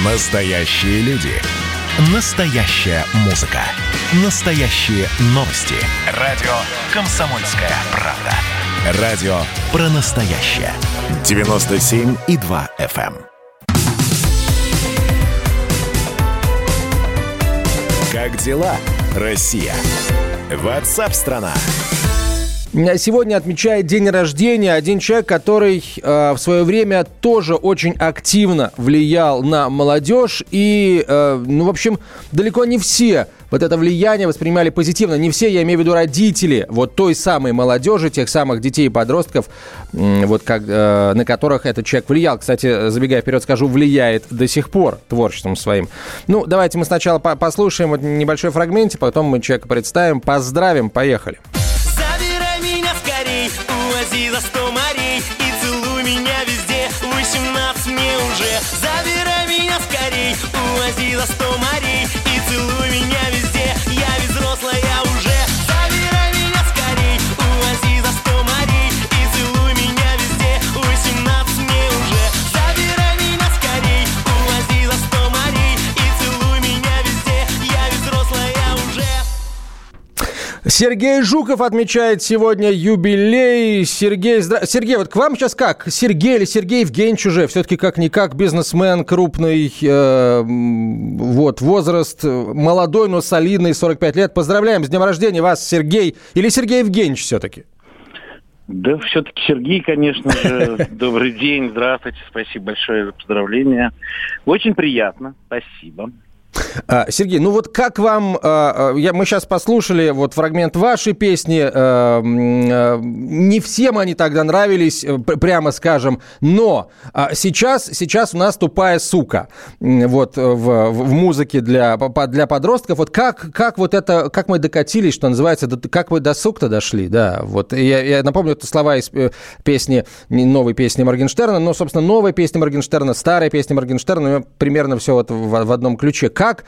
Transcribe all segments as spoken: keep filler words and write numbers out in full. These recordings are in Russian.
Настоящие люди. Настоящая музыка. Настоящие новости. Радио «Комсомольская правда». Радио про настоящее. девяносто семь и два эф эм. Как дела, Россия? Ватсап-страна! Сегодня отмечает день рождения один человек, который э, в свое время тоже очень активно влиял на молодежь. И, э, ну, в общем, далеко не все вот это влияние воспринимали позитивно. Не все, я имею в виду родители вот той самой молодежи, тех самых детей и подростков, э, вот как, э, на которых этот человек влиял. Кстати, забегая вперед, скажу, влияет до сих пор творчеством своим. Ну, давайте мы сначала по- послушаем вот небольшой фрагмент, потом мы человека представим, поздравим, поехали. Увози за сто морей и целуй меня везде. Восемнадцать мне уже. Забирай меня скорей. Увози за сто морей и целуй меня везде. Я ведь взрослая уже. Забирай меня скорей. Увози за сто морей и целуй меня везде. Восемнадцать мне уже. Забирай меня скорей. Увози за сто морей и целуй меня везде. Я ведь взрослая уже. Сергей Жуков отмечает сегодня юбилей. Сергей, здра... Сергей, вот к вам сейчас как? Сергей или Сергей Евгеньевич уже? Все-таки как-никак бизнесмен крупный, э, вот, возраст молодой, но солидный, сорок пять лет. Поздравляем с днем рождения вас, Сергей. Или Сергей Евгеньевич все-таки? Да, все-таки Сергей, конечно же. Добрый день, здравствуйте, спасибо большое за поздравления. Очень приятно, спасибо. Сергей, ну вот как вам, я, мы сейчас послушали вот фрагмент вашей песни, не всем они тогда нравились, прямо скажем, но сейчас, сейчас у нас тупая сука вот в, в музыке для, для подростков. Вот как, как вот это, как мы докатились, что называется, как вы до сук-то дошли, да, вот я, я напомню, это слова из песни, новой песни Моргенштерна, но, собственно, новая песня Моргенштерна, старая песня Моргенштерна, примерно все вот в, в одном ключе. Как,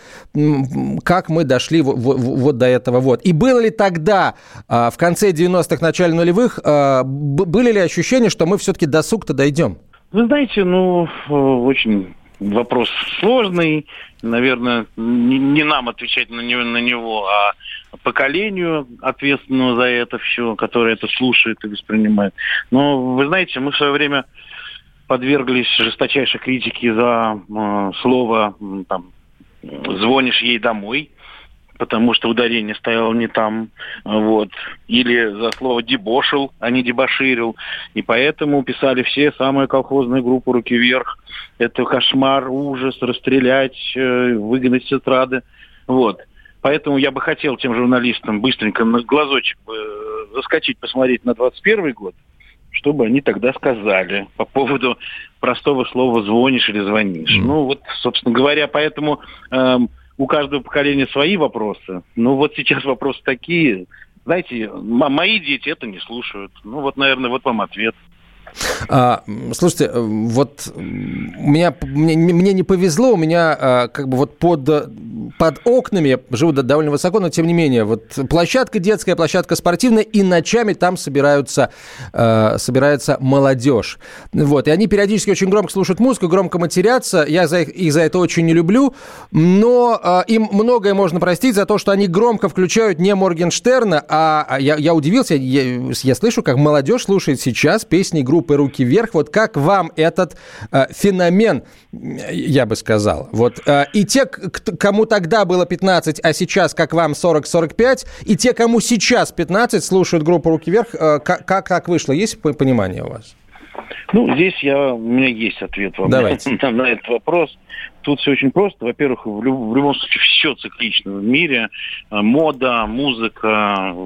как мы дошли вот, вот, вот до этого вот. И было ли тогда, в конце девяностых, начале нулевых, были ли ощущения, что мы все-таки до сук-то дойдем? Вы знаете, ну, очень вопрос сложный. Наверное, не, не нам отвечать на него, на него, а поколению, ответственному за это все, которое это слушает и воспринимает. Но, вы знаете, мы в свое время подверглись жесточайшей критике за э, слово там, «звонишь ей домой», потому что ударение стояло не там, вот. Или за слово «дебошил», а не «дебоширил». И поэтому писали все, самая колхозная группа «Руки вверх». Это кошмар, ужас, расстрелять, выгнать с эстрады. Вот. Поэтому я бы хотел тем журналистам быстренько на глазочек заскочить, посмотреть на двадцать первый год, чтобы они тогда сказали по поводу простого слова «звонишь» или «звонишь». Mm. Ну, вот, собственно говоря, поэтому э, у каждого поколения свои вопросы. Ну, вот сейчас вопросы такие. Знаете, м- мои дети это не слушают. Ну, вот, наверное, вот вам ответ. А, слушайте, вот меня, мне, мне не повезло, у меня а, как бы вот под, под окнами, я живу довольно высоко, но тем не менее, вот площадка детская, площадка спортивная, и ночами там собираются, а, собирается молодежь. Вот, и они периодически очень громко слушают музыку, громко матерятся, я за их, их за это очень не люблю, но а, им многое можно простить за то, что они громко включают не Моргенштерна, а, а я, я удивился, я, я слышу, как молодежь слушает сейчас песни группы «Руки вверх». Вот как вам этот э, феномен, я бы сказал. Вот, э, и те, к- кому тогда было пятнадцать, а сейчас, как вам, сорок сорок пять, и те, кому сейчас пятнадцать, слушают группу «Руки вверх», э, как, как, как вышло? Есть понимание у вас? Ну, здесь я, у меня есть ответ вам на, на этот вопрос. Тут все очень просто. Во-первых, в, люб, в любом случае все циклично в мире. Мода, музыка,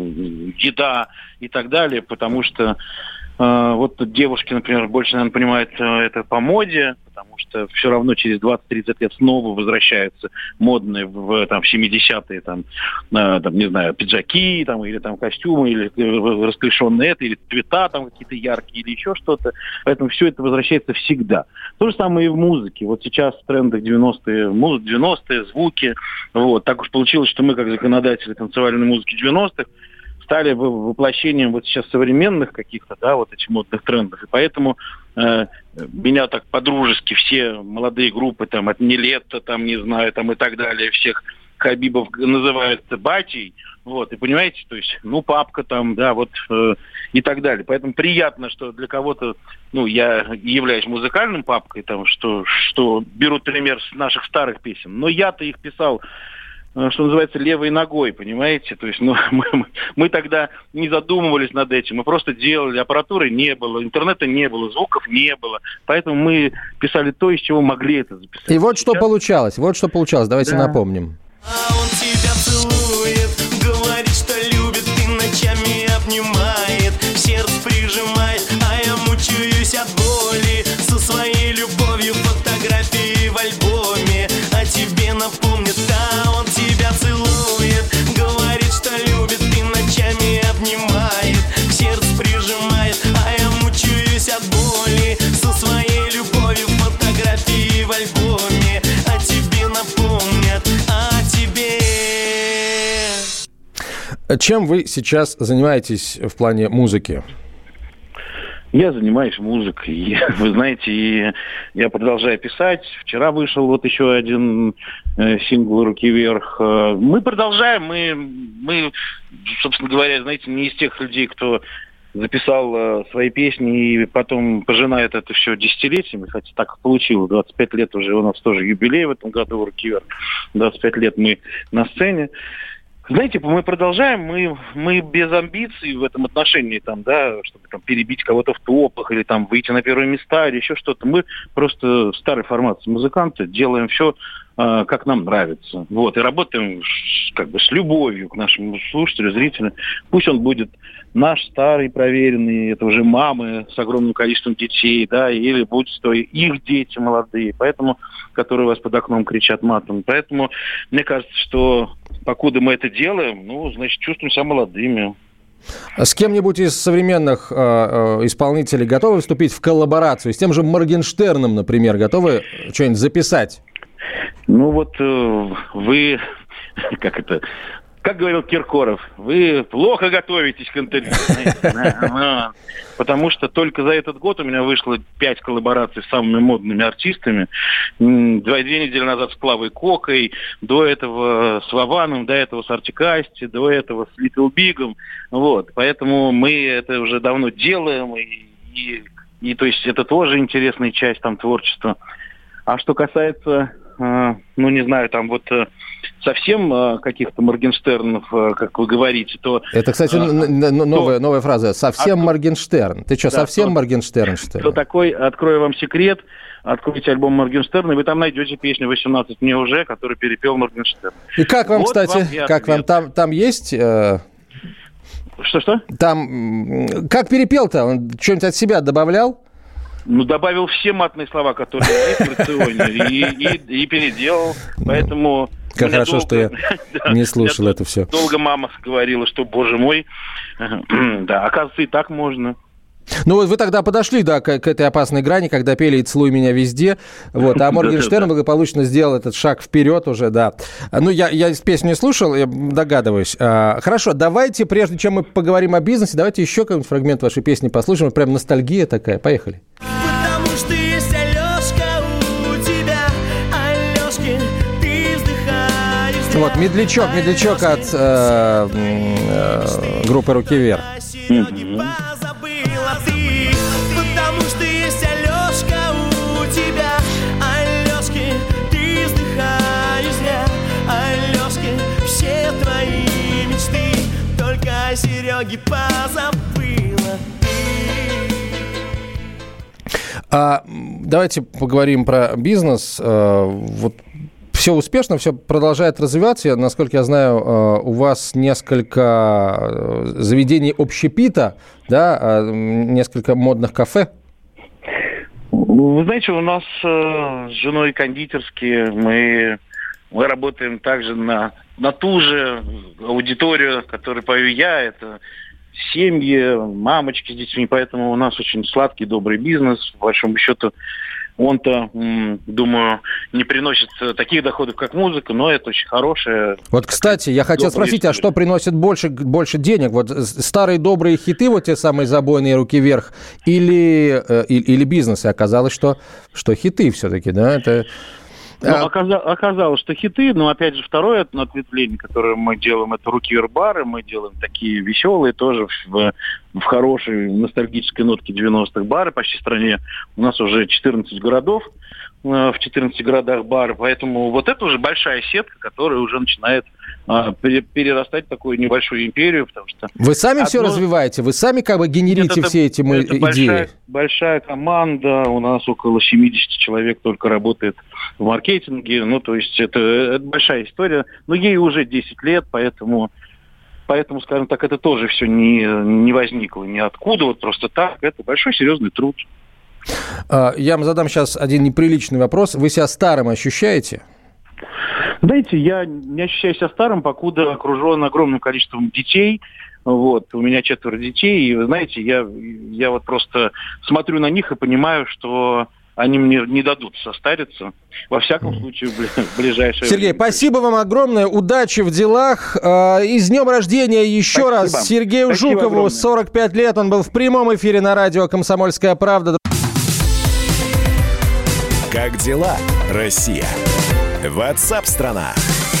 еда и так далее, потому что вот девушки, например, больше, наверное, понимают это по моде, потому что все равно через двадцать-тридцать лет снова возвращаются модные в, там, в семидесятые, там, там, не знаю, пиджаки, там, или там костюмы, или расклешенные это, или цвета там какие-то яркие, или еще что-то. Поэтому все это возвращается всегда. То же самое и в музыке. Вот сейчас в трендах девяностые, музыка девяностые, звуки. Вот. Так уж получилось, что мы, как законодатели танцевальной музыки девяностых, стали воплощением вот сейчас современных каких-то, да, вот этих модных трендов. И поэтому э, меня так по-дружески все молодые группы, там, от Нилетто, там, не знаю, там, и так далее, всех Хабибов называют батей, вот, и понимаете, то есть, ну, папка там, да, вот, э, и так далее. Поэтому приятно, что для кого-то, ну, я являюсь музыкальным папкой, там, что, что берут пример с наших старых песен, но я-то их писал, что называется, левой ногой, понимаете? То есть, ну, мы, мы, мы тогда не задумывались над этим, мы просто делали, аппаратуры не было, интернета не было, звуков не было, поэтому мы писали то, из чего могли это записать. И вот что получалось, вот что получалось, давайте да. напомним. А он тебя целует, говорит, что любит, и ночами обнимает, в сердце прижимает, а я мучаюсь от боли, со своей любовью фотографии в альбоме, а тебе напомнит, да, он тебя целует, говорит, что любит, и ночами обнимает, в сердце прижимает, а я мучаюсь от боли, со своей любовью фотографии в альбоме, а тебе напомнят, а тебе. Чем вы сейчас занимаетесь в плане музыки? Я занимаюсь музыкой. Вы знаете, и я продолжаю писать. Вчера вышел вот еще один э, сингл «Руки вверх». Мы продолжаем. Мы, мы, собственно говоря, знаете, не из тех людей, кто записал э, свои песни и потом пожинает это все десятилетиями, хотя так и получилось. двадцать пять лет уже у нас тоже юбилей в этом году «Руки вверх». двадцать пять лет мы на сцене. Знаете, мы продолжаем, мы, мы без амбиций в этом отношении, там, да, чтобы там, перебить кого-то в топах или там, выйти на первые места или еще что-то. Мы просто старой формации музыканты, делаем все, э, как нам нравится. Вот, и работаем как бы с любовью к нашему слушателю, зрителю. Пусть он будет наш старый, проверенный, это уже мамы с огромным количеством детей, да, или будут то их дети молодые, поэтому, которые у вас под окном кричат матом. Поэтому мне кажется, что покуда мы это делаем, ну, значит, чувствуем себя молодыми. С кем-нибудь из современных э, э, исполнителей готовы вступить в коллаборацию? С тем же Моргенштерном, например, готовы что-нибудь записать? Ну вот э, вы, как это... Как говорил Киркоров, вы плохо готовитесь к интервью. Потому что только за этот год у меня вышло пять коллабораций с самыми модными артистами. Две, две недели назад с Клавой Кокой, до этого с Вованом, до этого с Артик Асти, до этого с Литл Бигом. Вот. Поэтому мы это уже давно делаем. И, и, и то есть это тоже интересная часть там творчества. А что касается... ну, не знаю, там вот совсем каких-то Моргенштернов, как вы говорите, то... Это, кстати, а, новая, то, новая фраза. Совсем а, Моргенштерн. Ты что, да, совсем то, Моргенштерн, что ли? Кто такой? Открою вам секрет. Откройте альбом Моргенштерна, и вы там найдете песню «восемнадцать мне уже», которую перепел Моргенштерн. И как вам, вот кстати, вам как вам там, там есть... Э... Что-что? Там... Как перепел-то? Он что-нибудь от себя добавлял? Ну, добавил все матные слова, которые есть в рационе, и, и, и переделал. Поэтому... Как хорошо, долго, что я да, не слушал это все. Долго мама говорила, что, боже мой, да, оказывается, и так можно. Ну, вот вы тогда подошли, да, к, к этой опасной грани, когда пели «И целуй меня везде», вот, а Моргенштерн благополучно сделал этот шаг вперед уже, да. Ну, я, я песню не слушал, я догадываюсь. А, хорошо, давайте, прежде чем мы поговорим о бизнесе, давайте еще какой-нибудь фрагмент вашей песни послушаем, прям ностальгия такая, поехали. Потому что есть Алёшка у тебя, Алёшки, ты вздыхаешь. Вот, медлячок, медлячок от э, э, группы «Руки вверх». Потому что есть Алёшка у тебя, Алёшки, ты вздыхаешь зря, Алёшки, все твои мечты только о Серёге позабыла ты. А, давайте поговорим про бизнес. А, вот все успешно, все продолжает развиваться. Насколько я знаю, у вас несколько заведений общепита, да, несколько модных кафе. Вы знаете, у нас с женой кондитерские. Мы, мы работаем также на, на ту же аудиторию, которую пою я. Это семьи, мамочки с детьми. Поэтому у нас очень сладкий, добрый бизнес. По большому счету, Он-то, думаю, не приносит таких доходов, как музыка, но это очень хорошая... Вот, кстати, я хотел спросить, история. А что приносит больше, больше денег? Вот старые добрые хиты, вот те самые забойные «Руки вверх», или, или бизнес? И оказалось, что, что хиты все-таки, да? Это... Ну, оказалось, оказалось, что хиты, но, опять же, второе ответвление, которое мы делаем, это «Руки вверх-бары», мы делаем такие веселые, тоже в, в хорошей ностальгической нотке девяностых бары по всей стране. У нас уже четырнадцать городов, в четырнадцати городах бары, поэтому вот это уже большая сетка, которая уже начинает а, перерастать в такую небольшую империю, потому что... Вы сами одно... все развиваете? Вы сами как бы генерите это, все эти мы... это идеи? Большая, большая команда, у нас около семьдесят человек только работает в маркетинге, ну, то есть это, это большая история, но ей уже десять лет, поэтому... Поэтому, скажем так, это тоже все не, не возникло ниоткуда, вот просто так, это большой серьезный труд. Я вам задам сейчас один неприличный вопрос. Вы себя старым ощущаете? Знаете, я не ощущаю себя старым, покуда окружен огромным количеством детей. Вот, у меня четверо детей, и вы знаете, я, я вот просто смотрю на них и понимаю, что они мне не дадут состариться. Во всяком случае, в ближайшее Сергей, время. спасибо вам огромное. Удачи в делах. И с днем рождения еще спасибо. раз Сергею спасибо Жукову. Огромное. сорок пять лет. Он был в прямом эфире на радио «Комсомольская правда». Как дела, Россия? WhatsApp-страна.